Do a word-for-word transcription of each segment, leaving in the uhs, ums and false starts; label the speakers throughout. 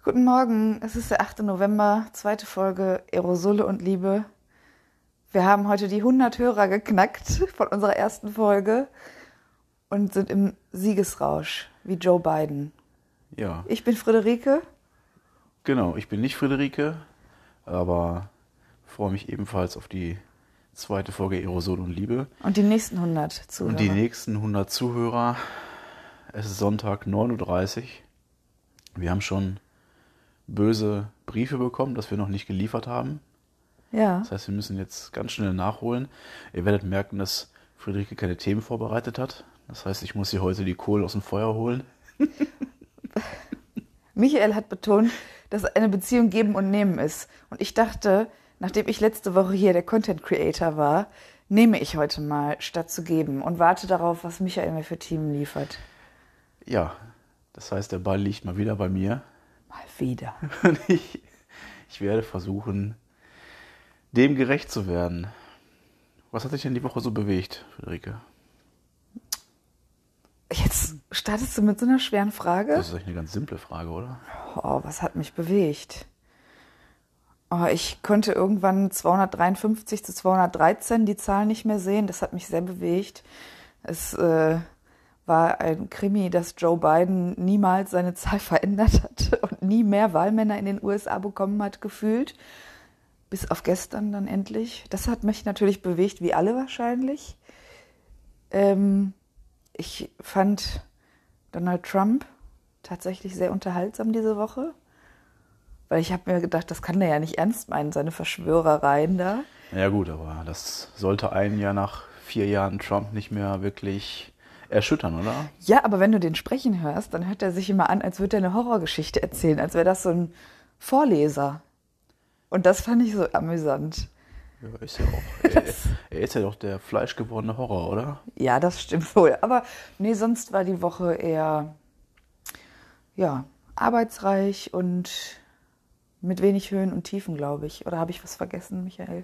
Speaker 1: Guten Morgen, es ist der achte November, zweite Folge Aerosole und Liebe. Wir haben heute die hundert Hörer geknackt von unserer ersten Folge und sind im Siegesrausch, wie Joe Biden.
Speaker 2: Ja,
Speaker 1: Ich bin Friederike.
Speaker 2: genau. Ich bin nicht Friederike, aber freue mich ebenfalls auf die zweite Folge Aerosol und Liebe.
Speaker 1: Und die nächsten hundert Zuhörer.
Speaker 2: Und die nächsten hundert Zuhörer. Es ist Sonntag neun Uhr dreißig. Wir haben schon böse Briefe bekommen, dass wir noch nicht geliefert haben.
Speaker 1: Ja.
Speaker 2: Das heißt, wir müssen jetzt ganz schnell nachholen. Ihr werdet merken, dass Friederike keine Themen vorbereitet hat. Das heißt, ich muss hier heute die Kohlen aus dem Feuer holen.
Speaker 1: Michael hat betont, dass eine Beziehung geben und nehmen ist. Und ich dachte, nachdem ich letzte Woche hier der Content Creator war, nehme ich heute mal, statt zu geben, und warte darauf, was Michael mir für Themen liefert.
Speaker 2: Ja, das heißt, der Ball liegt mal wieder bei mir.
Speaker 1: Mal wieder.
Speaker 2: Und ich, ich werde versuchen, dem gerecht zu werden. Was hat dich denn die Woche so bewegt, Friederike?
Speaker 1: Jetzt startest du mit so einer schweren Frage?
Speaker 2: Das ist eigentlich eine ganz simple Frage, oder?
Speaker 1: Oh, was hat mich bewegt? Oh, ich konnte irgendwann zweihundertdreiundfünfzig zu zweihundertdreizehn die Zahl nicht mehr sehen. Das hat mich sehr bewegt. Es äh, war ein Krimi, dass Joe Biden niemals seine Zahl verändert hat und nie mehr Wahlmänner in den U S A bekommen hat, gefühlt. Bis auf gestern dann endlich. Das hat mich natürlich bewegt, wie alle wahrscheinlich. Ähm, ich fand Donald Trump tatsächlich sehr unterhaltsam diese Woche. Weil ich habe mir gedacht, das kann der ja nicht ernst meinen, seine Verschwörereien da.
Speaker 2: Ja gut, aber das sollte einen ja nach vier Jahren Trump nicht mehr wirklich erschüttern, oder?
Speaker 1: Ja, aber wenn du den sprechen hörst, dann hört er sich immer an, als würde er eine Horrorgeschichte erzählen, als wäre das so ein Vorleser. Und das fand ich so amüsant.
Speaker 2: Ja, ist ja auch. Er, er ist ja doch der fleischgewordene Horror, oder?
Speaker 1: Ja, das stimmt wohl. Aber nee, sonst war die Woche eher ja, arbeitsreich und mit wenig Höhen und Tiefen, glaube ich. Oder habe ich was vergessen, Michael?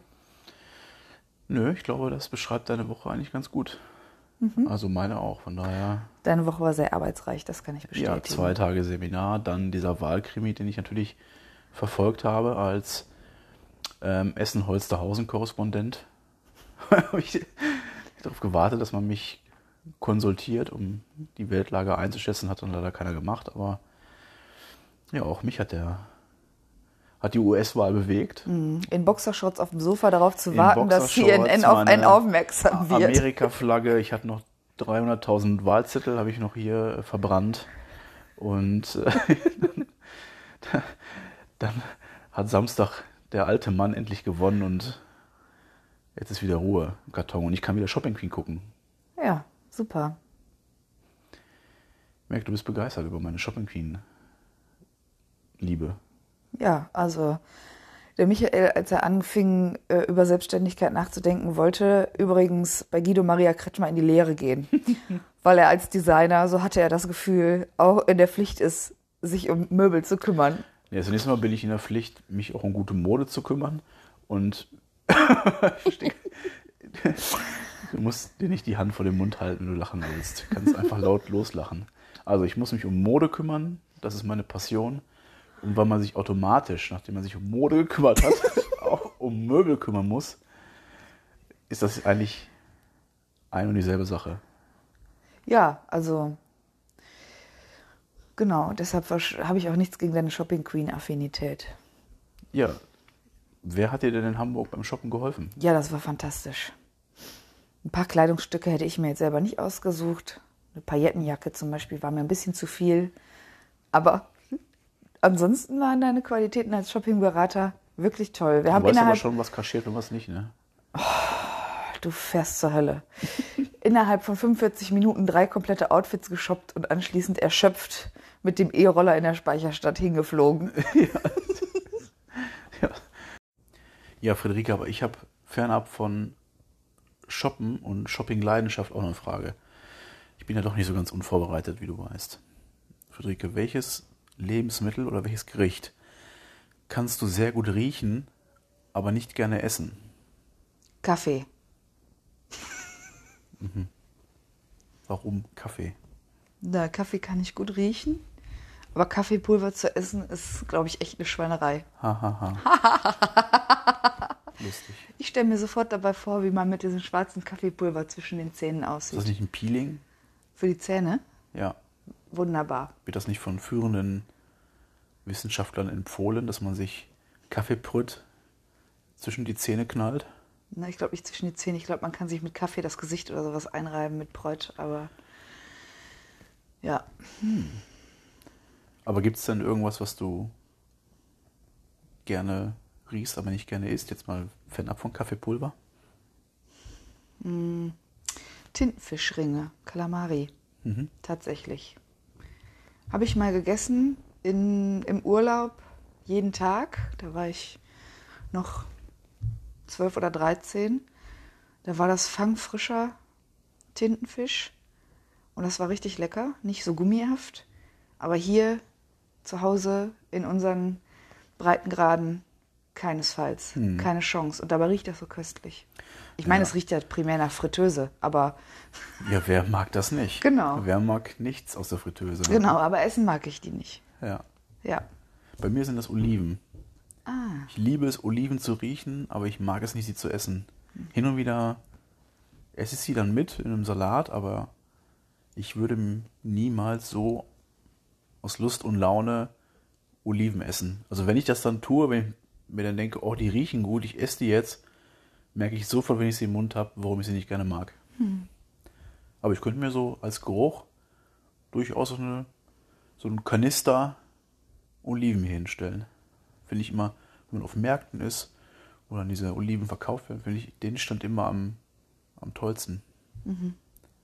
Speaker 2: Nö, ich glaube, das beschreibt deine Woche eigentlich ganz gut. Mhm. Also meine auch, von daher.
Speaker 1: Deine Woche war sehr arbeitsreich, das kann ich bestätigen.
Speaker 2: Ja, zwei Tage Seminar, dann dieser Wahlkrimi, den ich natürlich verfolgt habe als ähm, Essen-Holsterhausen-Korrespondent. Habe ich darauf gewartet, dass man mich konsultiert, um die Weltlage einzuschätzen, hat dann leider keiner gemacht, aber ja, auch mich hat der hat die U S-Wahl bewegt.
Speaker 1: In Boxershorts auf dem Sofa darauf zu warten, dass C N N
Speaker 2: Boxershorts,
Speaker 1: auf einen
Speaker 2: meine
Speaker 1: aufmerksam wird.
Speaker 2: Amerika-Flagge, ich hatte noch dreihunderttausend Wahlzettel, habe ich noch hier äh, verbrannt. Und äh, dann, dann hat Samstag der alte Mann endlich gewonnen und jetzt ist wieder Ruhe im Karton und ich kann wieder Shopping Queen gucken.
Speaker 1: Ja, super.
Speaker 2: Ich merke, du bist begeistert über meine Shopping Queen Liebe.
Speaker 1: Ja, also der Michael, als er anfing, äh, über Selbstständigkeit nachzudenken, wollte übrigens bei Guido Maria Kretschmer in die Lehre gehen. Weil er als Designer, so hatte er das Gefühl, auch in der Pflicht ist, sich um Möbel zu kümmern.
Speaker 2: Ja, zunächst mal bin ich in der Pflicht, mich auch um gute Mode zu kümmern. Und du musst dir nicht die Hand vor dem Mund halten, wenn du lachen willst. Du kannst einfach laut loslachen. Also ich muss mich um Mode kümmern, das ist meine Passion. Und weil man sich automatisch, nachdem man sich um Mode gekümmert hat, auch um Möbel kümmern muss, ist das eigentlich ein und dieselbe Sache.
Speaker 1: Ja, also genau, deshalb habe ich auch nichts gegen deine Shopping Queen-Affinität.
Speaker 2: Ja, wer hat dir denn in Hamburg beim Shoppen geholfen?
Speaker 1: Ja, das war fantastisch. Ein paar Kleidungsstücke hätte ich mir jetzt selber nicht ausgesucht. Eine Paillettenjacke zum Beispiel war mir ein bisschen zu viel. Aber ansonsten waren deine Qualitäten als Shoppingberater wirklich toll. Wir
Speaker 2: Du
Speaker 1: haben
Speaker 2: weißt aber
Speaker 1: innerhalb,
Speaker 2: schon, was kaschiert und was nicht, ne?
Speaker 1: du fährst zur Hölle. Innerhalb von fünfundvierzig Minuten drei komplette Outfits geshoppt und anschließend erschöpft mit dem E-Roller in der Speicherstadt hingeflogen.
Speaker 2: Ja. Ja, Friederike, aber ich habe fernab von Shoppen und Shopping-Leidenschaft auch noch eine Frage. Ich bin ja doch nicht so ganz unvorbereitet, wie du weißt. Friederike, welches Lebensmittel oder welches Gericht kannst du sehr gut riechen, aber nicht gerne essen?
Speaker 1: Kaffee.
Speaker 2: Mhm. Warum Kaffee?
Speaker 1: Na, Kaffee kann ich gut riechen, Aber Kaffeepulver zu essen ist, glaube ich, echt eine Schweinerei.
Speaker 2: Hahaha. Ha, ha. Lustig.
Speaker 1: Ich stelle mir sofort dabei vor, wie man mit diesem schwarzen Kaffeepulver zwischen den Zähnen aussieht.
Speaker 2: Ist das nicht ein Peeling?
Speaker 1: Für die Zähne?
Speaker 2: Ja.
Speaker 1: Wunderbar.
Speaker 2: Wird das nicht von führenden Wissenschaftlern empfohlen, dass man sich Kaffeebrüt zwischen die Zähne knallt?
Speaker 1: Na, ich glaube nicht zwischen die Zähne. Ich glaube, man kann sich mit Kaffee das Gesicht oder sowas einreiben mit Bräut, aber ja.
Speaker 2: Hm. Aber gibt es denn irgendwas, was du gerne riechst, aber nicht gerne isst? Jetzt mal fernab von Kaffeepulver?
Speaker 1: Mm, Tintenfischringe, Kalamari.
Speaker 2: Mhm.
Speaker 1: Tatsächlich. Habe ich mal gegessen in, im Urlaub jeden Tag. Da war ich noch zwölf oder dreizehn. Da war das fangfrischer Tintenfisch. Und das war richtig lecker. Nicht so gummihaft. Aber hier zu Hause in unseren Breitengraden keinesfalls. Hm. Keine Chance. Und dabei riecht das so köstlich. Ich meine, ja. Es riecht ja primär nach Fritteuse, aber...
Speaker 2: Ja, wer mag das nicht?
Speaker 1: Genau.
Speaker 2: Wer mag nichts aus der Fritteuse?
Speaker 1: Genau, aber essen mag ich die nicht.
Speaker 2: Ja.
Speaker 1: Ja.
Speaker 2: Bei mir sind das Oliven.
Speaker 1: Ah.
Speaker 2: Ich liebe es, Oliven zu riechen, aber ich mag es nicht, sie zu essen. Hm. Hin und wieder esse ich sie dann mit in einem Salat, aber ich würde niemals so aus Lust und Laune Oliven essen. Also wenn ich das dann tue, wenn ich mir dann denke, oh, die riechen gut, ich esse die jetzt, merke ich sofort, wenn ich sie im Mund habe, warum ich sie nicht gerne mag. Hm. Aber ich könnte mir so als Geruch durchaus so, eine, so einen Kanister Oliven hier hinstellen. Finde ich immer, wenn man auf Märkten ist, wo dann diese Oliven verkauft werden, finde ich den Stand immer am, am tollsten. Mhm.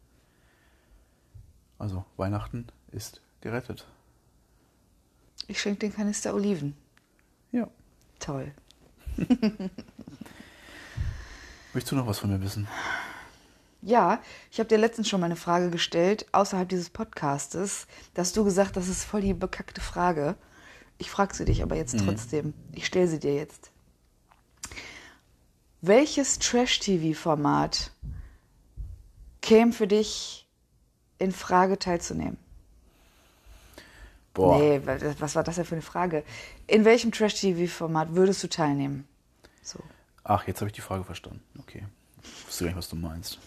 Speaker 2: Also Weihnachten ist gerettet.
Speaker 1: Ich schenke den Kanister Oliven.
Speaker 2: Ja.
Speaker 1: Toll.
Speaker 2: Möchtest du noch was von mir wissen?
Speaker 1: Ja, ich habe dir letztens schon mal eine Frage gestellt, außerhalb dieses Podcastes, dass du gesagt hast, das ist voll die bekackte Frage. Ich frage sie dich aber jetzt mhm. trotzdem. Ich stelle sie dir jetzt. Welches Trash-T V-Format käme für dich in Frage teilzunehmen?
Speaker 2: Boah.
Speaker 1: Nee, was war das denn für eine Frage? In welchem Trash-T V-Format würdest du teilnehmen? So.
Speaker 2: Ach, jetzt habe ich die Frage verstanden. Okay. Ich wusste gar nicht, was du meinst.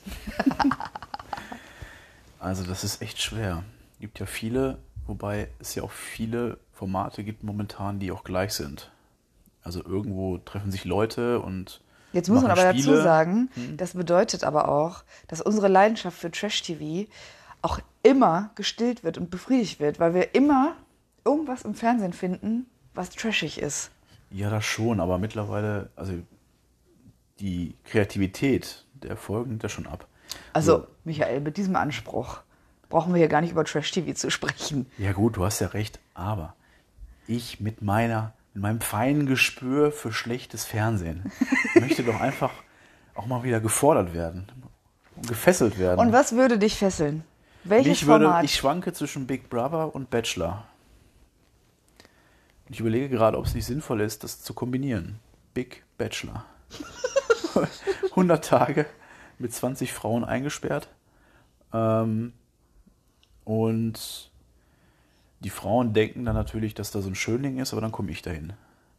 Speaker 2: Also das ist echt schwer. Es gibt ja viele, wobei es ja auch viele Formate gibt momentan, die auch gleich sind. Also irgendwo treffen sich Leute und
Speaker 1: jetzt muss man aber
Speaker 2: Spiele.
Speaker 1: dazu sagen,
Speaker 2: hm.
Speaker 1: das bedeutet aber auch, dass unsere Leidenschaft für Trash-T V auch immer gestillt wird und befriedigt wird, weil wir immer irgendwas im Fernsehen finden, was trashig ist.
Speaker 2: Ja, das schon, aber mittlerweile, also die Kreativität der Folgen nimmt ja schon ab.
Speaker 1: Also,
Speaker 2: so.
Speaker 1: Michael, mit diesem Anspruch brauchen wir hier gar nicht über Trash-T V zu sprechen.
Speaker 2: Ja gut, du hast ja recht, aber ich mit meiner, mit meinem feinen Gespür für schlechtes Fernsehen möchte doch einfach auch mal wieder gefordert werden und gefesselt werden.
Speaker 1: Und was würde dich fesseln? Welches
Speaker 2: ich würde,
Speaker 1: Format?
Speaker 2: Ich schwanke zwischen Big Brother und Bachelor. Ich überlege gerade, ob es nicht sinnvoll ist, das zu kombinieren. Big Bachelor. hundert Tage mit zwanzig Frauen eingesperrt. Ähm, und die Frauen denken dann natürlich, dass da so ein Schönling ist, aber dann komme ich dahin.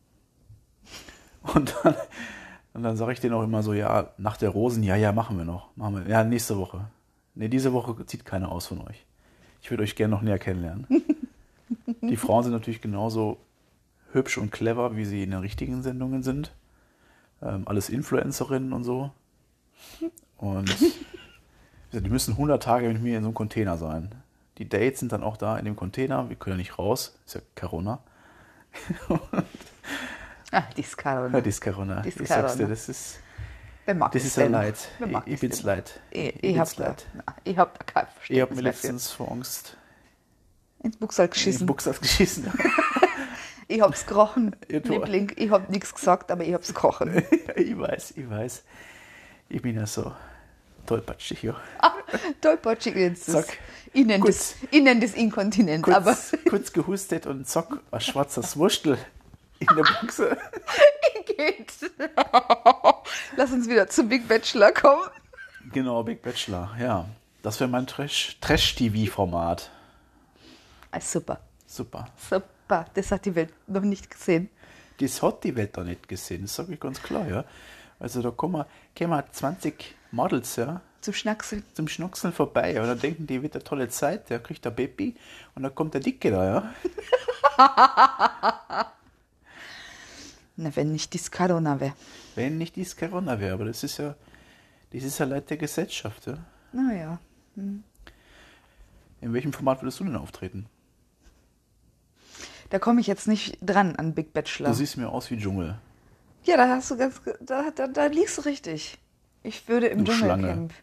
Speaker 2: Und dann, und dann sage ich denen auch immer so, ja, nach der Rosen, ja, ja, machen wir noch. Machen wir, ja, nächste Woche. Nee, diese Woche zieht keiner aus von euch. Ich würde euch gerne noch näher kennenlernen. Die Frauen sind natürlich genauso hübsch und clever, wie sie in den richtigen Sendungen sind. Ähm, alles Influencerinnen und so. Und die müssen hundert Tage mit mir in so einem Container sein. Die Dates sind dann auch da in dem Container. Wir können ja nicht raus. Ist ja Corona.
Speaker 1: Ah, die ist Corona.
Speaker 2: Ja, die ist Corona. Ich sag's dir, das ist...
Speaker 1: Wer mag
Speaker 2: das ist ja leid. Ich, ich bin's leid.
Speaker 1: Ich, ich, ich hab's leid. Ich hab da kein Verständnis.
Speaker 2: Ich hab mir letztens vor Angst
Speaker 1: ins Buchsal geschissen.
Speaker 2: Ins Buchsal geschissen.
Speaker 1: Ich hab's gerochen, Liebling. Ich hab nichts gesagt, aber ich hab's gerochen.
Speaker 2: Ich weiß, ich weiß. Ich bin ja so tollpatschig hier.
Speaker 1: Ah, tollpatschig jetzt. Zack. Ich nenne das, nenn das inkontinent.
Speaker 2: Kurz,
Speaker 1: aber
Speaker 2: kurz gehustet und zack, ein schwarzer Wurstel in der Buchse.
Speaker 1: Geht. Lass uns wieder zu Big Bachelor kommen.
Speaker 2: Genau, Big Bachelor, ja. Das wäre mein Trash, Trash-T V-Format.
Speaker 1: Ah, super.
Speaker 2: Super.
Speaker 1: Super, das hat die Welt noch nicht gesehen.
Speaker 2: Das hat die Welt da nicht gesehen, das sage ich ganz klar, ja. Also da kommen, kommen zwanzig Models, ja,
Speaker 1: Zum Schnackseln.
Speaker 2: zum Schnuckseln vorbei. Und dann denken die, wird eine tolle Zeit, der kriegt der Baby und dann kommt der Dicke da, ja.
Speaker 1: Na, wenn nicht die Scarona wäre.
Speaker 2: Wenn nicht dies Corona wäre, aber das ist ja, das ist ja Leid der Gesellschaft, ja.
Speaker 1: Naja.
Speaker 2: In welchem Format würdest du denn auftreten?
Speaker 1: Da komme ich jetzt nicht dran an Big Bachelor.
Speaker 2: Du siehst mir aus wie Dschungel.
Speaker 1: Ja, da hast du ganz, ge- da, da, da liegst du richtig. Ich würde im
Speaker 2: Du
Speaker 1: Dschungelcamp.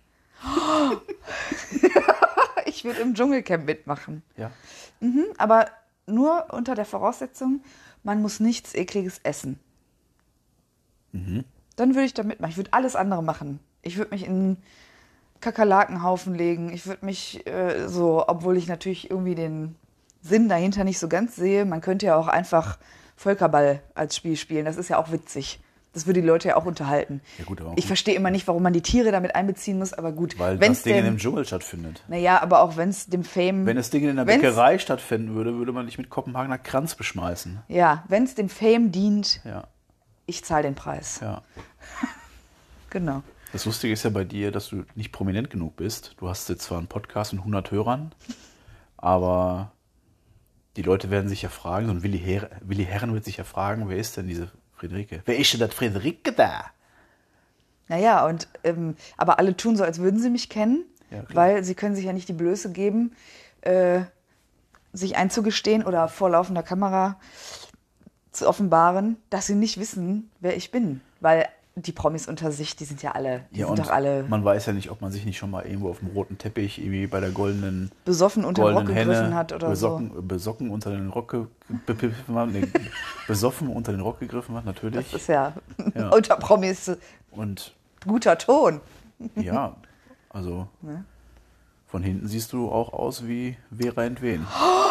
Speaker 1: Ich würde im Dschungelcamp mitmachen.
Speaker 2: Ja.
Speaker 1: Mhm, aber nur unter der Voraussetzung, man muss nichts Ekliges essen.
Speaker 2: Mhm.
Speaker 1: Dann würde ich da mitmachen. Ich würde alles andere machen. Ich würde mich in einen Kakerlakenhaufen legen. Ich würde mich äh, so, obwohl ich natürlich irgendwie den Sinn dahinter nicht so ganz sehe, man könnte ja auch einfach Völkerball als Spiel spielen. Das ist ja auch witzig. Das würde die Leute ja auch unterhalten.
Speaker 2: Ja, gut, aber
Speaker 1: Ich verstehe immer nicht, warum man die Tiere damit einbeziehen muss, aber gut.
Speaker 2: Weil
Speaker 1: wenn's
Speaker 2: das Ding in
Speaker 1: denn-
Speaker 2: dem Dschungel stattfindet.
Speaker 1: Naja, aber auch wenn es dem Fame...
Speaker 2: Wenn das Ding in der
Speaker 1: wenn's-
Speaker 2: Bäckerei stattfinden würde, würde man dich mit Kopenhagener Kranz beschmeißen.
Speaker 1: Ja, wenn es dem Fame dient,
Speaker 2: Ja,
Speaker 1: ich zahle den Preis.
Speaker 2: ja.
Speaker 1: Genau.
Speaker 2: Das Lustige ist ja bei dir, dass du nicht prominent genug bist. Du hast jetzt zwar einen Podcast mit hundert Hörern, aber die Leute werden sich ja fragen, so ein Willi, Her Willi Herren wird sich ja fragen, wer ist denn diese Friederike? Wer ist denn das Friederike da?
Speaker 1: Naja, und ähm, aber alle tun so, als würden sie mich kennen,
Speaker 2: Ja, klar.
Speaker 1: weil sie können sich ja nicht die Blöße geben, äh, sich einzugestehen oder vor laufender Kamera zu offenbaren, dass sie nicht wissen, wer ich bin. Weil die Promis unter sich, die sind ja alle, die
Speaker 2: Ja,
Speaker 1: sind
Speaker 2: und
Speaker 1: doch alle
Speaker 2: man weiß ja nicht, ob man sich nicht schon mal irgendwo auf dem roten Teppich irgendwie bei der goldenen
Speaker 1: besoffen unter den Rock
Speaker 2: goldenen
Speaker 1: gegriffen
Speaker 2: Henne
Speaker 1: hat oder
Speaker 2: besocken, besocken unter den Rock ge- bepfiffen hat, nee, besoffen unter den Rock gegriffen hat,
Speaker 1: so.
Speaker 2: natürlich.
Speaker 1: Das ist ja,
Speaker 2: Ja.
Speaker 1: unter Promis
Speaker 2: Und
Speaker 1: guter Ton.
Speaker 2: ja, also
Speaker 1: Ne?
Speaker 2: von hinten siehst du auch aus wie Vera Entwen.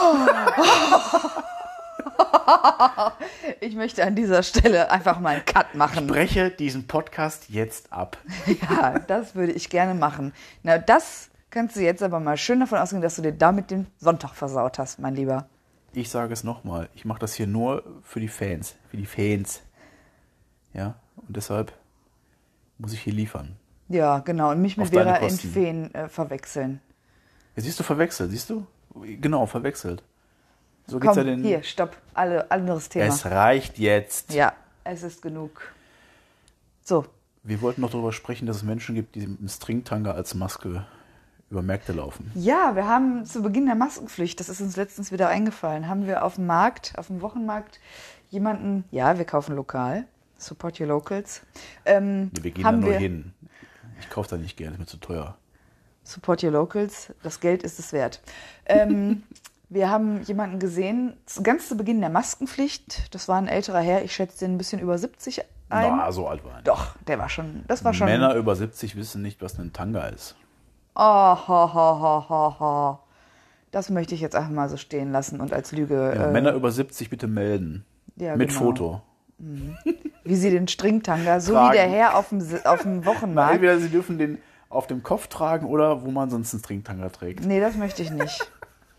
Speaker 1: Ich möchte an dieser Stelle einfach mal einen Cut machen.
Speaker 2: Breche diesen Podcast jetzt ab.
Speaker 1: Ja, das würde ich gerne machen. Na, das kannst du jetzt aber mal schön davon ausgehen, dass du dir damit den Sonntag versaut hast, mein Lieber.
Speaker 2: Ich sage es nochmal, ich mache das hier nur für die Fans, für die Fans. Ja, und deshalb muss ich hier liefern.
Speaker 1: Ja, genau. Und mich mit
Speaker 2: Auf deine
Speaker 1: Vera
Speaker 2: Kosten.
Speaker 1: Entwen äh, verwechseln.
Speaker 2: Ja, siehst du, verwechselt, siehst du? Genau, verwechselt. So
Speaker 1: Komm,
Speaker 2: geht's ja den.
Speaker 1: hier, stopp. Alle, anderes Thema.
Speaker 2: Es reicht jetzt.
Speaker 1: Ja, es ist genug. So,
Speaker 2: Wir wollten noch darüber sprechen, dass es Menschen gibt, die mit einem Stringtanga als Maske über Märkte laufen.
Speaker 1: ja, wir haben zu Beginn der Maskenpflicht, das ist uns letztens wieder eingefallen, haben wir auf dem Markt, auf dem Wochenmarkt jemanden, ja, wir kaufen lokal, support your locals. Ähm,
Speaker 2: Wir gehen da
Speaker 1: haben
Speaker 2: nur
Speaker 1: wir,
Speaker 2: hin. Ich kaufe da nicht gerne, ist mir zu teuer.
Speaker 1: Support your locals, das Geld ist es wert. Ähm, wir haben jemanden gesehen, zu- ganz zu Beginn der Maskenpflicht, das war ein älterer Herr, ich schätze den ein bisschen über siebzig ein.
Speaker 2: Na, so alt war er.
Speaker 1: Doch, der war schon, das war schon...
Speaker 2: Männer über siebzig wissen nicht, was ein Tanga ist.
Speaker 1: Oh, ha, ha, ha, ha, ha. Das möchte ich jetzt einfach mal so stehen lassen und als Lüge...
Speaker 2: Ja,
Speaker 1: äh,
Speaker 2: Männer über siebzig bitte melden.
Speaker 1: ja,
Speaker 2: Mit
Speaker 1: genau.
Speaker 2: Foto.
Speaker 1: Wie sie den Stringtanga, so
Speaker 2: Tragen.
Speaker 1: wie der Herr auf dem, Si- auf dem
Speaker 2: Na,
Speaker 1: Wochenmarkt.
Speaker 2: entweder sie dürfen den auf dem Kopf tragen oder wo man sonst einen Stringtanga trägt.
Speaker 1: Nee, das möchte ich nicht.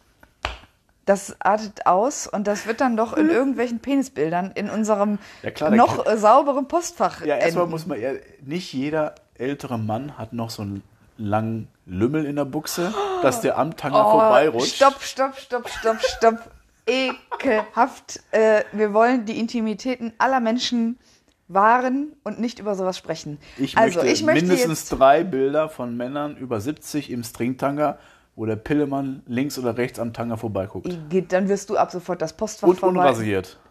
Speaker 1: Das artet aus und das wird dann doch in irgendwelchen Penisbildern in unserem
Speaker 2: Ja, klar, der
Speaker 1: noch
Speaker 2: kann-
Speaker 1: äh, sauberen Postfach
Speaker 2: Ja, erstmal
Speaker 1: enden.
Speaker 2: muss man eher, nicht jeder ältere Mann hat noch so einen langen Lümmel in der Buchse, dass der am Tanga
Speaker 1: Oh,
Speaker 2: vorbeirutscht.
Speaker 1: stopp, stopp, stopp, stopp, stopp. Ekelhaft. Äh, wir wollen die Intimitäten aller Menschen wahren und nicht über sowas sprechen.
Speaker 2: Ich
Speaker 1: also,
Speaker 2: möchte
Speaker 1: ich möchte
Speaker 2: mindestens
Speaker 1: jetzt,
Speaker 2: drei Bilder von Männern über siebzig im Stringtanga, wo der Pillemann links oder rechts am Tanga vorbeiguckt.
Speaker 1: Geht, dann wirst du ab sofort das Postfach
Speaker 2: Und
Speaker 1: vorbei.
Speaker 2: unrasiert.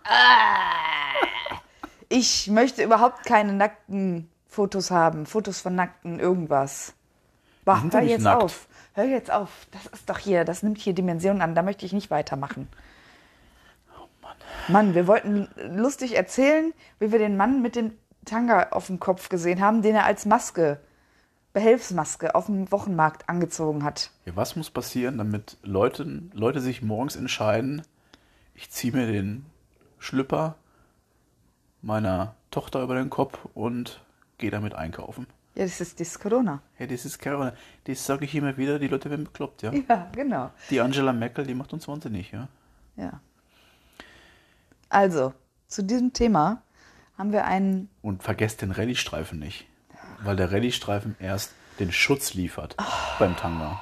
Speaker 1: Ich möchte überhaupt keine nackten Fotos haben. Fotos von nackten irgendwas. Boah,
Speaker 2: Die sind
Speaker 1: hör
Speaker 2: doch nicht
Speaker 1: jetzt
Speaker 2: nackt.
Speaker 1: auf. Hör jetzt auf. Das ist doch hier, das nimmt hier Dimensionen an. Da möchte ich nicht weitermachen.
Speaker 2: Oh Mann.
Speaker 1: Mann, wir wollten lustig erzählen, wie wir den Mann mit dem Tanga auf dem Kopf gesehen haben, den er als Maske, Behelfsmaske auf dem Wochenmarkt angezogen hat.
Speaker 2: Ja, was muss passieren, damit Leute, Leute sich morgens entscheiden, ich ziehe mir den Schlüpper meiner Tochter über den Kopf und gehe damit einkaufen?
Speaker 1: Ja, das ist das Corona.
Speaker 2: Ja, das ist Corona. Das sage ich immer wieder, die Leute werden bekloppt, ja.
Speaker 1: Ja, genau.
Speaker 2: Die Angela Merkel, die macht uns wahnsinnig, ja.
Speaker 1: Ja. Also, zu diesem Thema haben wir einen...
Speaker 2: Und vergesst den Rallye-Streifen nicht, weil der Rallye-Streifen erst den Schutz liefert oh. beim Tanga.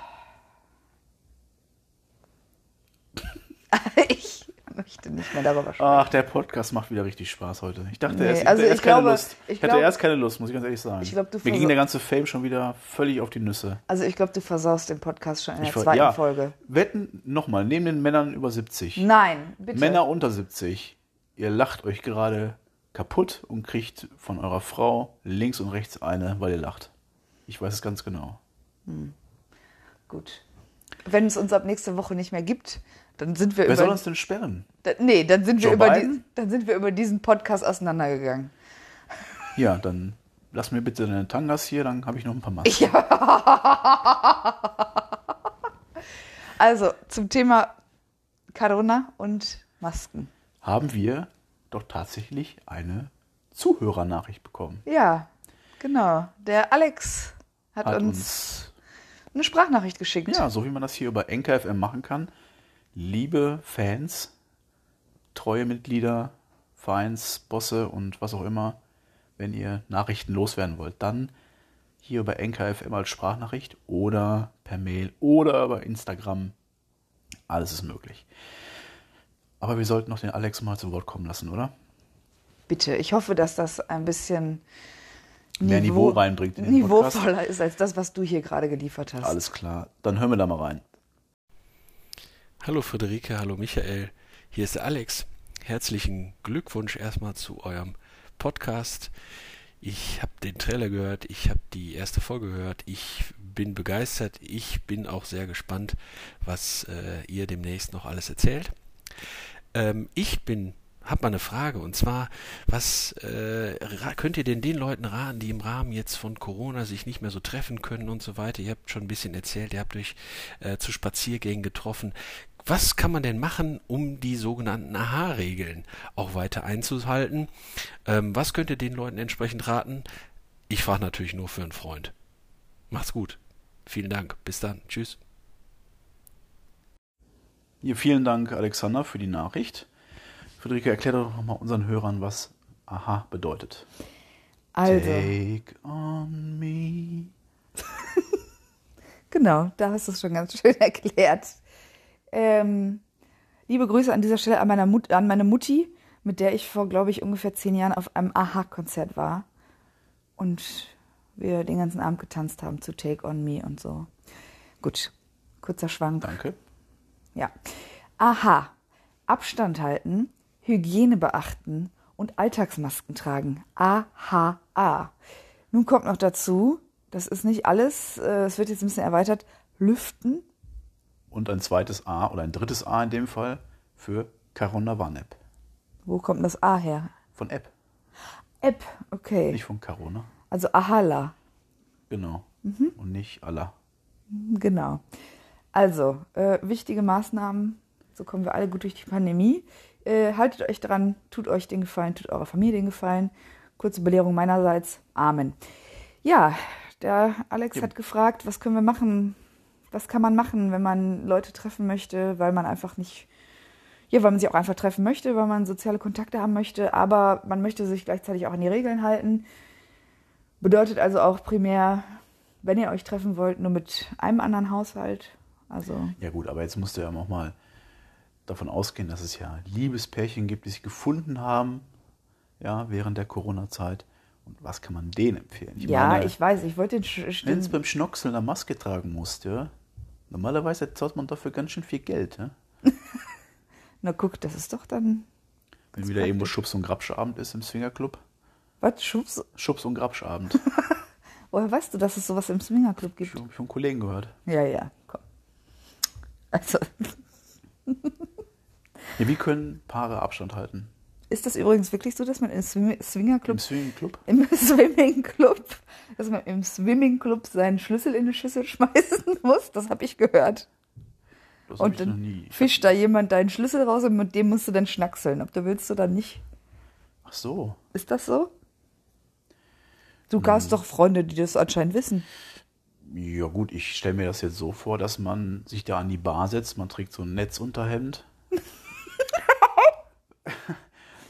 Speaker 1: Ich möchte nicht mehr darüber sprechen.
Speaker 2: Ach, der Podcast macht wieder richtig Spaß heute. Ich dachte,
Speaker 1: Nee,
Speaker 2: erst, ich
Speaker 1: also
Speaker 2: hatte
Speaker 1: ich
Speaker 2: erst keine
Speaker 1: glaube,
Speaker 2: Lust.
Speaker 1: ich
Speaker 2: Ich hatte
Speaker 1: glaub-
Speaker 2: erst keine Lust, muss ich ganz ehrlich sagen.
Speaker 1: Ich glaub, du
Speaker 2: Mir ging
Speaker 1: versuch-
Speaker 2: der ganze Fame schon wieder völlig auf die Nüsse.
Speaker 1: Also ich glaube, du versaust den Podcast schon in der
Speaker 2: Ich ver-
Speaker 1: zweiten
Speaker 2: ja,
Speaker 1: Folge.
Speaker 2: Wetten, nochmal, neben den Männern über siebzig.
Speaker 1: Nein, bitte.
Speaker 2: Männer unter siebzig, ihr lacht euch gerade kaputt und kriegt von eurer Frau links und rechts eine, weil ihr lacht. Ich weiß es ganz genau.
Speaker 1: Gut. Wenn es uns ab nächste Woche nicht mehr gibt, dann sind wir
Speaker 2: Wer
Speaker 1: über...
Speaker 2: soll uns denn sperren?
Speaker 1: Da, nee, dann sind, wir
Speaker 2: Joe
Speaker 1: über
Speaker 2: Biden?
Speaker 1: die, dann sind wir über diesen Podcast auseinandergegangen.
Speaker 2: Ja, dann lass mir bitte deine Tangas hier, dann habe ich noch ein paar Masken.
Speaker 1: Ja. Also, zum Thema Corona und Masken.
Speaker 2: Haben wir doch tatsächlich eine Zuhörernachricht bekommen.
Speaker 1: Ja, genau. Der Alex hat,
Speaker 2: Hat
Speaker 1: uns,
Speaker 2: uns,
Speaker 1: eine Sprachnachricht geschickt.
Speaker 2: ja, so wie man das hier über Anchor F M machen kann. Liebe Fans, treue Mitglieder, Vereinsbosse und was auch immer, wenn ihr Nachrichten loswerden wollt, dann hier über Anchor F M als Sprachnachricht oder per Mail oder über Instagram. Alles ist möglich. Aber wir sollten noch den Alex mal zu Wort kommen lassen, oder?
Speaker 1: Bitte, ich hoffe, dass das ein bisschen
Speaker 2: Mehr Niveau reinbringt in den Podcast.
Speaker 1: niveauvoller ist als das, was du hier gerade geliefert hast.
Speaker 2: Alles klar, dann hören wir da mal rein.
Speaker 3: Hallo Friederike, hallo Michael, hier ist der Alex. Herzlichen Glückwunsch erstmal zu eurem Podcast. Ich habe den Trailer gehört, ich habe die erste Folge gehört, ich bin begeistert, ich bin auch sehr gespannt, was äh, ihr demnächst noch alles erzählt. Ähm, ich bin, habe mal eine Frage und zwar, was äh, ra- könnt ihr denn den Leuten raten, die im Rahmen jetzt von Corona sich nicht mehr so treffen können und so weiter? Ihr habt schon ein bisschen erzählt, ihr habt euch äh, zu Spaziergängen getroffen. Was kann man denn machen, um die sogenannten A H A-Regeln auch weiter einzuhalten? Ähm, was könnt ihr den Leuten entsprechend raten? Ich frage natürlich nur für einen Freund. Macht's gut. Vielen Dank. Bis dann. Tschüss.
Speaker 2: Ja, vielen Dank, Alexander, für die Nachricht. Friederike, erklär doch nochmal unseren Hörern, was A H A bedeutet.
Speaker 1: Also,
Speaker 2: Take on me.
Speaker 1: genau, da hast du es schon ganz schön erklärt. Ähm, liebe Grüße an dieser Stelle an, meiner Mut, an meine Mutti, mit der ich vor, glaube ich, ungefähr zehn Jahren auf einem A H A-Konzert war. Und wir den ganzen Abend getanzt haben zu Take on Me und so. Gut, kurzer Schwank.
Speaker 2: Danke.
Speaker 1: Ja. A H A. Abstand halten, Hygiene beachten und Alltagsmasken tragen. A H A. Nun kommt noch dazu, das ist nicht alles, es wird jetzt ein bisschen erweitert, lüften.
Speaker 2: Und ein zweites A oder ein drittes A in dem Fall für Corona-Warn-App.
Speaker 1: Wo kommt das A her?
Speaker 2: Von App,
Speaker 1: App, okay.
Speaker 2: nicht von Corona.
Speaker 1: Also Ahala,
Speaker 2: Genau. Und nicht Allah.
Speaker 1: genau. Also, äh, wichtige Maßnahmen, so kommen wir alle gut durch die Pandemie. Äh, haltet euch dran, tut euch den Gefallen, tut eurer Familie den Gefallen. Kurze Belehrung meinerseits. Amen. Ja, der Alex
Speaker 2: Ja.
Speaker 1: hat gefragt, was können wir machen? Was kann man machen, wenn man Leute treffen möchte, weil man einfach nicht, ja, weil man sich auch einfach treffen möchte, weil man soziale Kontakte haben möchte, aber man möchte sich gleichzeitig auch an die Regeln halten. Bedeutet also auch primär, wenn ihr euch treffen wollt, nur mit einem anderen Haushalt. Also,
Speaker 2: Ja gut, aber jetzt musst du ja auch mal davon ausgehen, dass es ja Liebespärchen gibt, die sich gefunden haben, ja, während der Corona-Zeit. Und was kann man denen empfehlen? Ich
Speaker 1: ja,
Speaker 2: meine,
Speaker 1: ich weiß, ich wollte den, Sch-
Speaker 2: wenn es
Speaker 1: den
Speaker 2: beim Schnockseln eine Maske tragen musst, ja, normalerweise zahlt man dafür ganz schön viel Geld, ja.
Speaker 1: na guck, das ist doch dann,
Speaker 2: Wenn
Speaker 1: Ganz
Speaker 2: wieder irgendwo
Speaker 1: praktisch.
Speaker 2: Schubs- und Grabschabend ist im Swingerclub.
Speaker 1: was, Schubs?
Speaker 2: Schubs- und Grabschabend.
Speaker 1: Woher weißt du, dass es sowas im Swingerclub gibt?
Speaker 2: Ich habe von Kollegen gehört.
Speaker 1: Ja, ja, komm. Also,
Speaker 2: Ja, wie können Paare Abstand halten?
Speaker 1: ist das übrigens wirklich so, dass man im Swim- Swingerclub
Speaker 2: Im Swingerclub?
Speaker 1: im Swimmingclub, dass man im Swimmingclub seinen Schlüssel in eine Schüssel schmeißen muss? Das habe ich gehört.
Speaker 2: Das hab
Speaker 1: Und
Speaker 2: ich noch
Speaker 1: dann
Speaker 2: nie.
Speaker 1: fischt da jemand deinen Schlüssel raus und mit dem musst du dann schnackseln, ob du willst oder nicht.
Speaker 2: Ach so.
Speaker 1: Ist das so? Du hast doch Freunde, die das anscheinend wissen.
Speaker 2: Ja gut, ich stelle mir das jetzt so vor, dass man sich da an die Bar setzt, man trägt so ein Netzunterhemd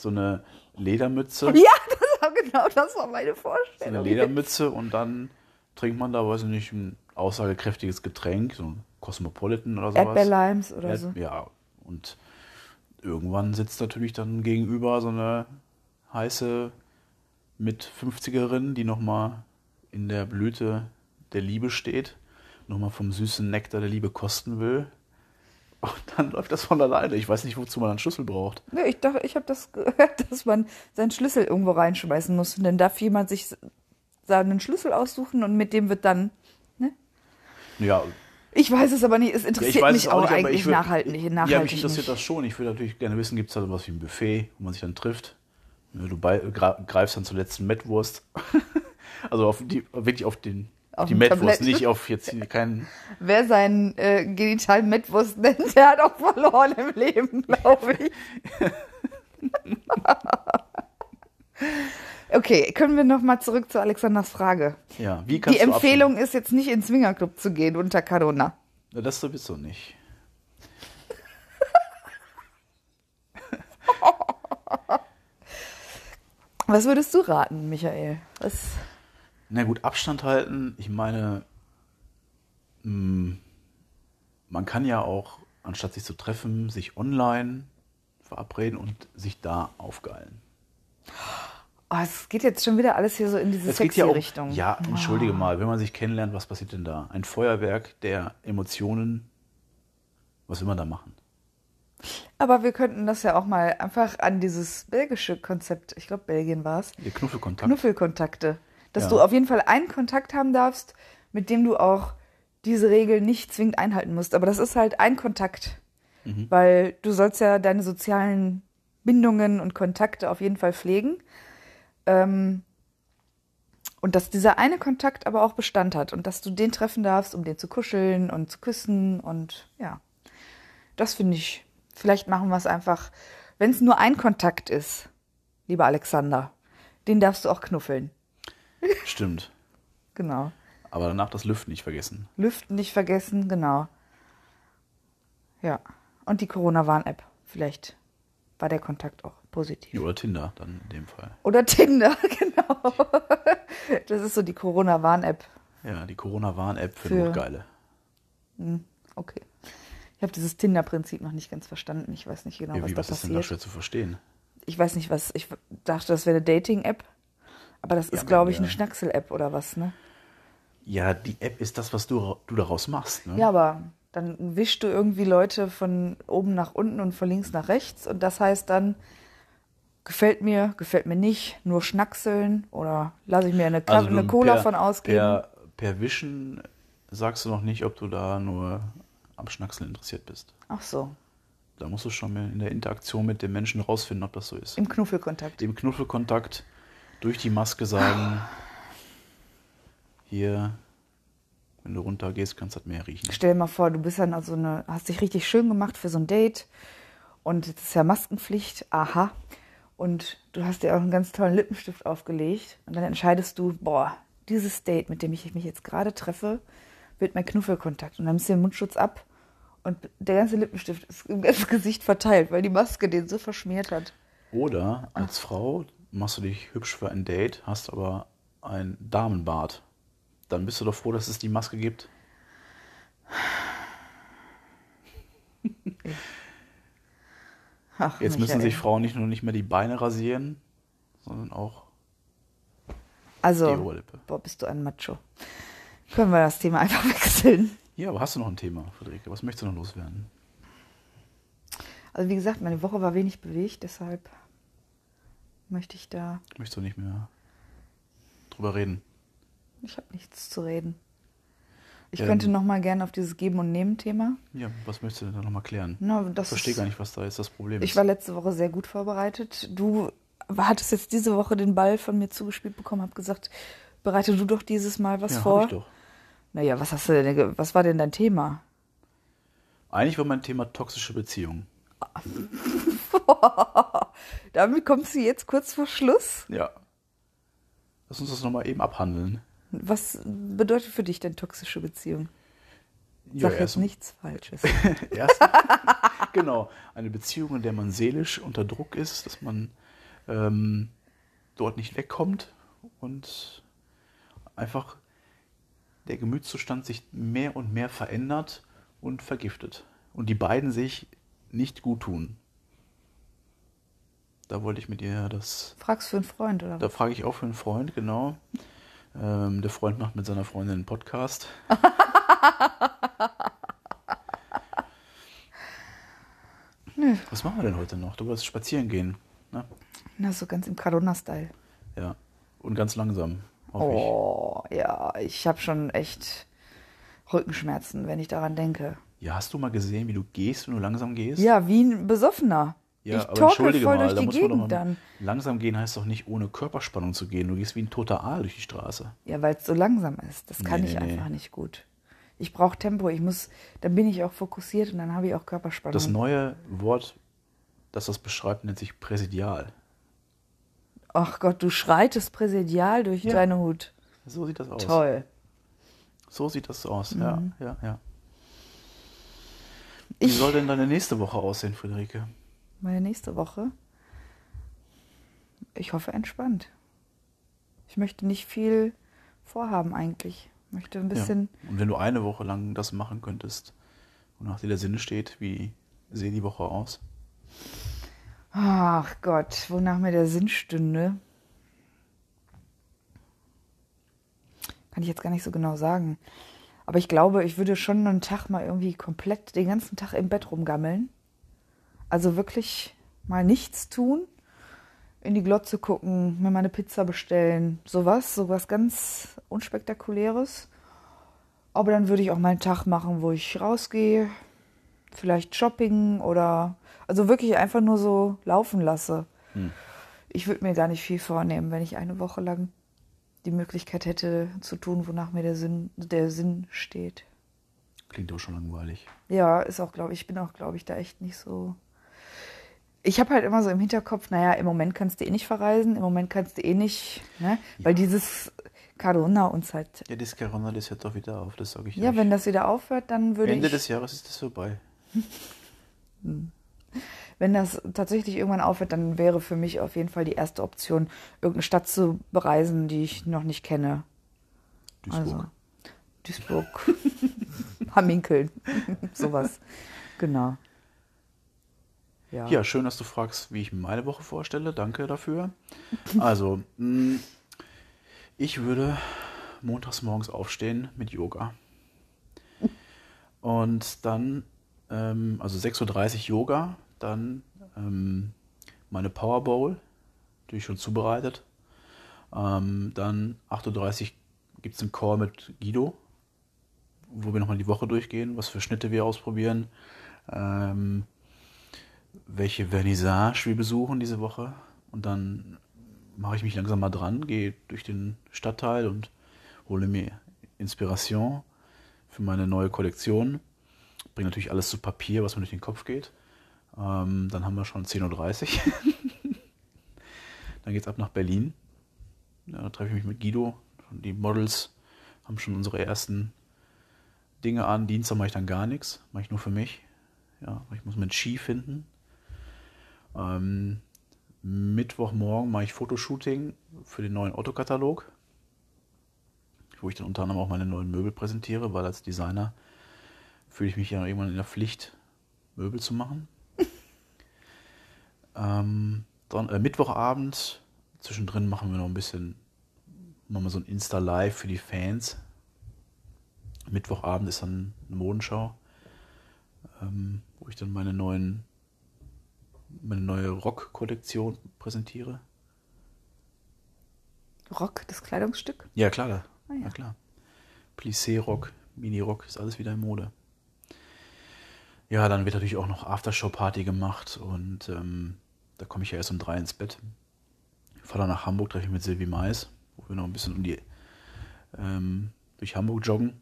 Speaker 2: so eine Ledermütze.
Speaker 1: Ja, das war genau, das war meine
Speaker 2: So
Speaker 1: Vorstellung.
Speaker 2: eine Ledermütze und dann trinkt man da, weiß ich nicht, ein aussagekräftiges Getränk, so ein Cosmopolitan oder sowas.
Speaker 1: Erdbeerlimes oder
Speaker 2: Erd-
Speaker 1: so.
Speaker 2: Ja, und irgendwann sitzt natürlich dann gegenüber so eine heiße mit fünfzigerin, die nochmal in der Blüte der Liebe steht, nochmal vom süßen Nektar der Liebe kosten will. Und dann läuft das von alleine. Ich weiß nicht, wozu man einen Schlüssel braucht.
Speaker 1: Ja, ich dachte, ich habe das gehört, dass man seinen Schlüssel irgendwo reinschmeißen muss. Und dann darf jemand sich seinen Schlüssel aussuchen und mit dem wird dann. Ne?
Speaker 2: Ja,
Speaker 1: Ich weiß es aber nicht. Es
Speaker 2: ja,
Speaker 1: interessiert
Speaker 2: ich weiß
Speaker 1: mich
Speaker 2: es auch
Speaker 1: auch
Speaker 2: nicht, aber
Speaker 1: eigentlich
Speaker 2: ich würd,
Speaker 1: nachhaltig, nachhaltig
Speaker 2: Ja, mich interessiert
Speaker 1: nicht.
Speaker 2: das schon. Ich würde natürlich gerne wissen, gibt es da sowas wie ein Buffet, wo man sich dann trifft? Du bei, gra- greifst dann zur letzten Mettwurst. Also auf die, wirklich auf den
Speaker 1: Auf
Speaker 2: die
Speaker 1: dem
Speaker 2: Mettwurst,
Speaker 1: Tablett.
Speaker 2: nicht auf jetzt keinen.
Speaker 1: Wer seinen äh, Genital Mettwurst nennt, der hat auch verloren im Leben, glaube ich. Okay, können wir noch mal zurück zu Alexanders Frage.
Speaker 2: Ja, wie kannst
Speaker 1: Die
Speaker 2: du
Speaker 1: Empfehlung ist jetzt nicht ins Swingerclub zu gehen unter Corona.
Speaker 2: abschauen? Na, das sowieso nicht.
Speaker 1: Was würdest du raten, Michael? Was?
Speaker 2: Na gut, Abstand halten. Ich meine, mh, man kann ja auch, anstatt sich zu treffen, sich online verabreden und sich da aufgeilen.
Speaker 1: Oh, es geht jetzt schon wieder alles hier so in diese
Speaker 2: Es geht
Speaker 1: sexy
Speaker 2: ja um,
Speaker 1: Richtung.
Speaker 2: ja, entschuldige mal, wenn man sich kennenlernt, was passiert denn da? Ein Feuerwerk der Emotionen. Was will man da machen?
Speaker 1: Aber wir könnten das ja auch mal einfach an dieses belgische Konzept, ich glaube Belgien war es,
Speaker 2: Der Knuffelkontakt.
Speaker 1: Knuffelkontakte, dass
Speaker 2: Ja.
Speaker 1: du auf jeden Fall einen Kontakt haben darfst, mit dem du auch diese Regel nicht zwingend einhalten musst. Aber das ist halt ein Kontakt,
Speaker 2: Mhm.
Speaker 1: weil du sollst ja deine sozialen Bindungen und Kontakte auf jeden Fall pflegen. Ähm, und dass dieser eine Kontakt aber auch Bestand hat und dass du den treffen darfst, um den zu kuscheln und zu küssen und ja, das finde ich, vielleicht machen wir es einfach, wenn es nur ein Kontakt ist, lieber Alexander, den darfst du auch knuffeln.
Speaker 2: Stimmt.
Speaker 1: Genau.
Speaker 2: Aber danach das Lüften nicht vergessen.
Speaker 1: Lüften nicht vergessen, genau. Ja. Und die Corona-Warn-App. Vielleicht war der Kontakt auch positiv.
Speaker 2: Ja, oder Tinder dann in dem Fall.
Speaker 1: Oder Tinder, genau. Das ist so die Corona-Warn-App.
Speaker 2: Ja, die Corona-Warn-App für,
Speaker 1: Für-
Speaker 2: Notgeile.
Speaker 1: Hm, okay. Ich habe dieses Tinder-Prinzip noch nicht ganz verstanden. Ich weiß nicht genau,
Speaker 2: Ja,
Speaker 1: was
Speaker 2: wie,
Speaker 1: da
Speaker 2: was ist denn da
Speaker 1: passiert.
Speaker 2: schwer zu verstehen?
Speaker 1: Ich weiß nicht, was. Ich dachte, das wäre eine Dating-App. Aber das
Speaker 2: Ja,
Speaker 1: ist,
Speaker 2: aber
Speaker 1: glaube ich,
Speaker 2: ja.
Speaker 1: eine Schnacksel-App oder was, ne?
Speaker 2: Ja, die App ist das, was du, du daraus machst. Ne?
Speaker 1: Ja, aber dann wischst du irgendwie Leute von oben nach unten und von links nach rechts. Und das heißt dann, gefällt mir, gefällt mir nicht, nur schnackseln oder lasse ich mir eine, Ka-
Speaker 2: Also du
Speaker 1: eine Cola
Speaker 2: per,
Speaker 1: von ausgeben.
Speaker 2: Per, per Wischen sagst du noch nicht, ob du da nur am Schnackseln interessiert bist.
Speaker 1: Ach so,
Speaker 2: Da musst du schon mal in der Interaktion mit dem Menschen rausfinden, ob das so ist.
Speaker 1: im Knuffelkontakt.
Speaker 2: Im Knuffelkontakt durch die Maske sagen, hier, wenn du runtergehst, kannst du das Meer riechen.
Speaker 1: Stell dir mal vor, du bist dann also eine, hast dich richtig schön gemacht für so ein Date und jetzt ist ja Maskenpflicht, aha. Und du hast dir auch einen ganz tollen Lippenstift aufgelegt und dann entscheidest du, boah, dieses Date, mit dem ich mich jetzt gerade treffe, wird mein Knuffelkontakt. Und dann nimmst du den Mundschutz ab und der ganze Lippenstift ist im ganzen Gesicht verteilt, weil die Maske den so verschmiert hat.
Speaker 2: Oder als Frau machst du dich hübsch für ein Date, hast aber ein Damenbart. Dann bist du doch froh, dass es die Maske gibt.
Speaker 1: Ach,
Speaker 2: Jetzt müssen
Speaker 1: Michael.
Speaker 2: sich Frauen nicht nur nicht mehr die Beine rasieren, sondern auch die
Speaker 1: Also,
Speaker 2: Oberlippe.
Speaker 1: boah, bist du ein Macho. Können wir das Thema einfach wechseln?
Speaker 2: Ja, aber hast du noch ein Thema, Friederike? Was möchtest du noch loswerden?
Speaker 1: Also wie gesagt, meine Woche war wenig bewegt, deshalb möchte ich da,
Speaker 2: Möchtest du nicht mehr drüber reden?
Speaker 1: ich habe nichts zu reden. Ich
Speaker 2: Ja,
Speaker 1: könnte
Speaker 2: dann-
Speaker 1: noch mal gerne auf dieses Geben- und Nehmen-Thema.
Speaker 2: Ja, was möchtest du denn da nochmal klären?
Speaker 1: Na,
Speaker 2: Ich
Speaker 1: das
Speaker 2: verstehe
Speaker 1: ist,
Speaker 2: gar nicht, was da jetzt das Problem
Speaker 1: ich
Speaker 2: ist.
Speaker 1: war letzte Woche sehr gut vorbereitet. Du hattest jetzt diese Woche den Ball von mir zugespielt bekommen, hab gesagt, bereite du doch dieses Mal was
Speaker 2: ja,
Speaker 1: vor.
Speaker 2: hab ich doch.
Speaker 1: Naja, was hast du denn, ge- was war denn dein Thema?
Speaker 2: Eigentlich war mein Thema toxische Beziehungen.
Speaker 1: Damit kommst du jetzt kurz vor Schluss.
Speaker 2: Ja. Lass uns das nochmal eben abhandeln.
Speaker 1: Was bedeutet für dich denn toxische Beziehung?
Speaker 2: Ja,
Speaker 1: Sag jetzt
Speaker 2: erst-
Speaker 1: nichts Falsches.
Speaker 2: Erst, genau, eine Beziehung, in der man seelisch unter Druck ist, dass man ähm, dort nicht wegkommt und einfach der Gemütszustand sich mehr und mehr verändert und vergiftet. Und die beiden sich nicht gut tun. Da wollte ich mit ihr das...
Speaker 1: Fragst für einen Freund, oder
Speaker 2: Da
Speaker 1: was?
Speaker 2: frage ich auch für einen Freund, genau. Ähm, der Freund macht mit seiner Freundin einen Podcast.
Speaker 1: Nö.
Speaker 2: Was machen wir denn heute noch? Du wolltest spazieren gehen. Ne?
Speaker 1: Na, so ganz im Cardona-Style.
Speaker 2: Ja. Und ganz langsam, hoffe
Speaker 1: Oh, ja, ich habe schon echt Rückenschmerzen, wenn ich daran denke.
Speaker 2: ich. Ja, hast du mal gesehen, wie du gehst, wenn du langsam gehst?
Speaker 1: Ja, wie ein Besoffener.
Speaker 2: Ja,
Speaker 1: ich
Speaker 2: aber
Speaker 1: torkel
Speaker 2: entschuldige
Speaker 1: voll
Speaker 2: mal,
Speaker 1: durch
Speaker 2: da
Speaker 1: die
Speaker 2: muss man doch
Speaker 1: Gegend
Speaker 2: mal,
Speaker 1: dann.
Speaker 2: langsam gehen heißt doch nicht ohne Körperspannung zu gehen. Du gehst wie ein toter Aal durch die Straße.
Speaker 1: Ja, weil es so langsam ist. Das kann
Speaker 2: Nee,
Speaker 1: ich
Speaker 2: nee,
Speaker 1: einfach
Speaker 2: nee.
Speaker 1: nicht gut. Ich brauche Tempo. Ich muss, dann bin ich auch fokussiert und dann habe ich auch Körperspannung.
Speaker 2: Das neue Wort, das das beschreibt, nennt sich präsidial.
Speaker 1: Ach Gott, du schreitest präsidial durch
Speaker 2: Ja.
Speaker 1: deine Hut.
Speaker 2: So sieht das aus.
Speaker 1: Toll.
Speaker 2: So sieht das aus,
Speaker 1: Mhm.
Speaker 2: ja, ja, ja. Wie
Speaker 1: Ich,
Speaker 2: soll denn deine nächste Woche aussehen, Friederike?
Speaker 1: meine nächste Woche. Ich hoffe entspannt. Ich möchte nicht viel vorhaben eigentlich. Ich möchte ein bisschen.
Speaker 2: Ja. Und wenn du eine Woche lang das machen könntest, wonach dir der Sinn steht, wie sieht die Woche aus?
Speaker 1: Ach Gott, wonach mir der Sinn stünde. Kann ich jetzt gar nicht so genau sagen. Aber ich glaube, ich würde schon einen Tag mal irgendwie komplett den ganzen Tag im Bett rumgammeln. Also wirklich mal nichts tun, in die Glotze gucken, mir mal eine Pizza bestellen, sowas, sowas ganz Unspektakuläres. Aber dann würde ich auch mal einen Tag machen, wo ich rausgehe, vielleicht shopping oder also wirklich einfach nur so laufen lasse.
Speaker 2: Hm.
Speaker 1: Ich würde mir gar nicht viel vornehmen, wenn ich eine Woche lang die Möglichkeit hätte zu tun, wonach mir der Sinn, der Sinn steht.
Speaker 2: Klingt doch schon langweilig.
Speaker 1: Ja, ist auch, glaube ich, ich bin auch, glaube ich, da echt nicht so. Ich habe halt immer so im Hinterkopf, naja, im Moment kannst du eh nicht verreisen, im Moment kannst du eh nicht, ne? Weil dieses Corona uns halt.
Speaker 2: Ja, das Corona, das hört doch wieder auf, das sage ich
Speaker 1: Ja,
Speaker 2: euch.
Speaker 1: wenn das wieder aufhört, dann würde
Speaker 2: Ende
Speaker 1: ich.
Speaker 2: des Jahres ist das vorbei.
Speaker 1: Wenn das tatsächlich irgendwann aufhört, dann wäre für mich auf jeden Fall die erste Option, irgendeine Stadt zu bereisen, die ich noch nicht kenne.
Speaker 2: Duisburg.
Speaker 1: Also Duisburg, Hamminkeln, sowas. Genau. Ja.
Speaker 2: Ja, schön, dass du fragst, wie ich mir meine Woche vorstelle. Danke dafür. Also, mh, ich würde montags morgens aufstehen mit Yoga. Und dann, ähm, also sechs Uhr dreißig Yoga, dann ähm, meine Power Bowl, die ich schon zubereitet. Ähm, dann acht Uhr dreißig gibt es einen Call mit Guido, wo wir nochmal die Woche durchgehen, was für Schnitte wir ausprobieren. Ähm, welche Vernissage wir besuchen diese Woche. Und dann mache ich mich langsam mal dran, gehe durch den Stadtteil und hole mir Inspiration für meine neue Kollektion. Bringe natürlich alles zu Papier, was mir durch den Kopf geht. Ähm, dann haben wir schon zehn Uhr dreißig. Dann geht's ab nach Berlin. Ja, da treffe ich mich mit Guido. Die Models haben schon unsere ersten Dinge an. Dienstag mache ich dann gar nichts. Mache ich nur für mich. Ja, ich muss meinen Ski finden. Ähm, Mittwochmorgen mache ich Fotoshooting für den neuen Otto-Katalog, wo ich dann unter anderem auch meine neuen Möbel präsentiere, weil als Designer fühle ich mich ja irgendwann in der Pflicht, Möbel zu machen. ähm, dann, äh, Mittwochabend, zwischendrin machen wir noch ein bisschen, machen wir so ein Insta-Live für die Fans. Mittwochabend ist dann eine Modenschau, ähm, wo ich dann meine neuen meine neue Rock-Kollektion präsentiere.
Speaker 1: Rock, das Kleidungsstück?
Speaker 2: Ja, klar. Da.
Speaker 1: Ah, ja.
Speaker 2: Ja, klar. Plissé-Rock, Mini-Rock, ist alles wieder in Mode. Ja, dann wird natürlich auch noch Aftershow-Party gemacht und ähm, da komme ich ja erst um drei ins Bett. Ich fahre dann nach Hamburg, treffe ich mit Silvi Mais, wo wir noch ein bisschen um die ähm, durch Hamburg joggen.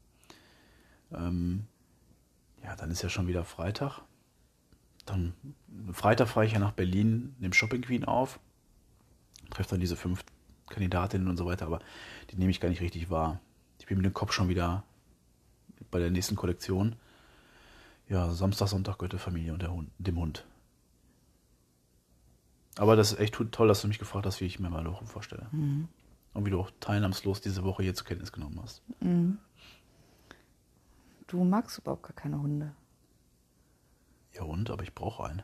Speaker 2: Ähm, ja, dann ist ja schon wieder Freitag. Dann Freitag fahre ich ja nach Berlin, nehme Shopping Queen auf, treffe dann diese fünf Kandidatinnen und so weiter, aber die nehme ich gar nicht richtig wahr. Ich bin mit dem Kopf schon wieder bei der nächsten Kollektion. Ja, Samstag, Sonntag gehört der Familie und der Hund, dem Hund. Aber das ist echt toll, dass du mich gefragt hast, wie ich mir meine Woche vorstelle.
Speaker 1: Mhm.
Speaker 2: Und wie du auch teilnahmslos diese Woche hier zur Kenntnis genommen hast.
Speaker 1: Mhm. Du magst überhaupt gar keine Hunde.
Speaker 2: Ja, Hund, aber ich brauche einen.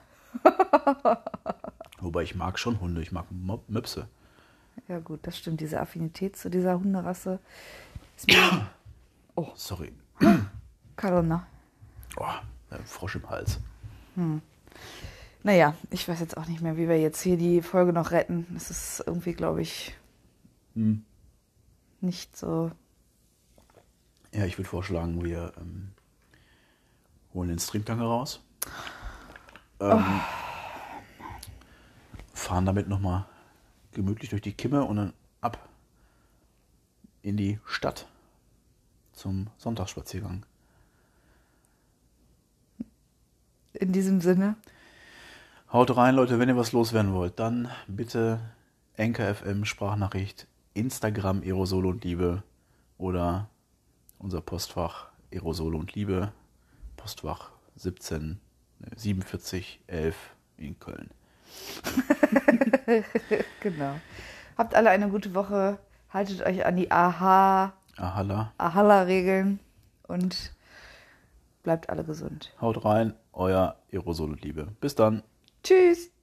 Speaker 2: Wobei ich mag schon Hunde, ich mag Mo- Möpse.
Speaker 1: Ja gut, das stimmt. Diese Affinität zu dieser Hunderasse ist mir... Oh,
Speaker 2: Sorry.
Speaker 1: Corona.
Speaker 2: Oh, ein Frosch im Hals.
Speaker 1: Hm. Naja, ich weiß jetzt auch nicht mehr, wie wir jetzt hier die Folge noch retten. Das ist irgendwie, glaube ich,
Speaker 2: Hm.
Speaker 1: nicht so...
Speaker 2: Ja, ich würde vorschlagen, wir ähm, holen den Streamtanker raus. Ähm, oh. Fahren damit nochmal gemütlich durch die Kimme und dann ab in die Stadt zum Sonntagsspaziergang.
Speaker 1: In diesem Sinne.
Speaker 2: Haut rein, Leute, wenn ihr was loswerden wollt, dann bitte Anchor F M Sprachnachricht, Instagram Aerosol und Liebe oder unser Postfach Aerosol und Liebe, Postfach siebzehn siebenundvierzig elf in Köln.
Speaker 1: Genau. Habt alle eine gute Woche, haltet euch an die Aha,
Speaker 2: Ahalla.
Speaker 1: Ahalla-Regeln und bleibt alle gesund.
Speaker 2: Haut rein, euer Aerosol und Liebe. Bis dann.
Speaker 1: Tschüss.